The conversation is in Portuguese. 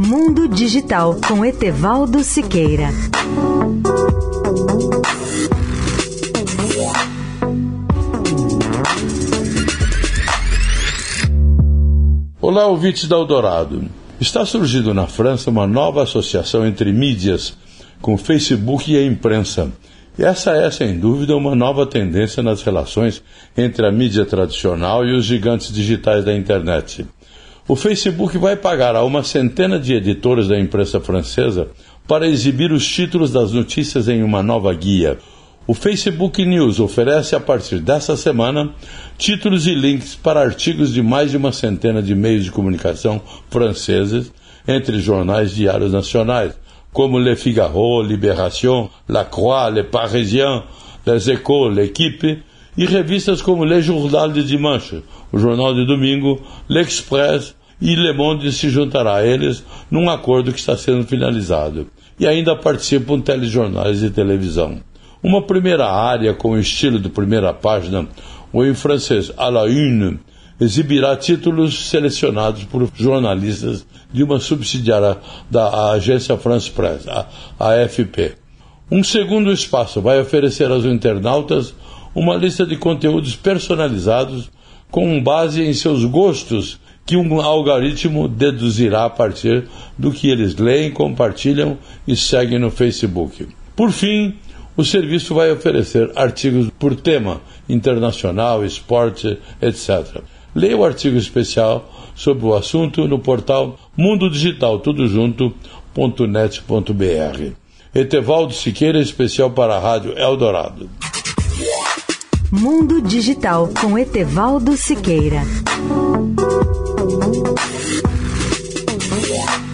Mundo Digital com Etevaldo Siqueira. Olá, ouvintes da Eldorado. Está surgindo na França uma nova associação entre mídias, com Facebook e a imprensa. E essa é, sem dúvida, uma nova tendência nas relações entre a mídia tradicional e os gigantes digitais da internet. O Facebook vai pagar a uma centena de editores da imprensa francesa para exibir os títulos das notícias em uma nova guia. O Facebook News oferece, a partir dessa semana, títulos e links para artigos de mais de uma centena de meios de comunicação franceses, entre jornais diários nacionais, como Le Figaro, Libération, La Croix, Le Parisien, Les Échos, L'Équipe, e revistas como Le Journal de Dimanche, o Jornal de Domingo, L'Express, e Le Monde se juntará a eles num acordo que está sendo finalizado. E ainda participam telejornais de televisão. Uma primeira área com o estilo de primeira página, ou em francês à la une, exibirá títulos selecionados por jornalistas de uma subsidiária da agência France Presse, a AFP. Um segundo espaço vai oferecer aos internautas uma lista de conteúdos personalizados com base em seus gostos, que um algoritmo deduzirá a partir do que eles leem, compartilham e seguem no Facebook. Por fim, o serviço vai oferecer artigos por tema, internacional, esporte, etc. Leia o artigo especial sobre o assunto no portal mundodigitaltudojunto.net.br. Etevaldo Siqueira, especial para a Rádio Eldorado. Mundo Digital com Etevaldo Siqueira.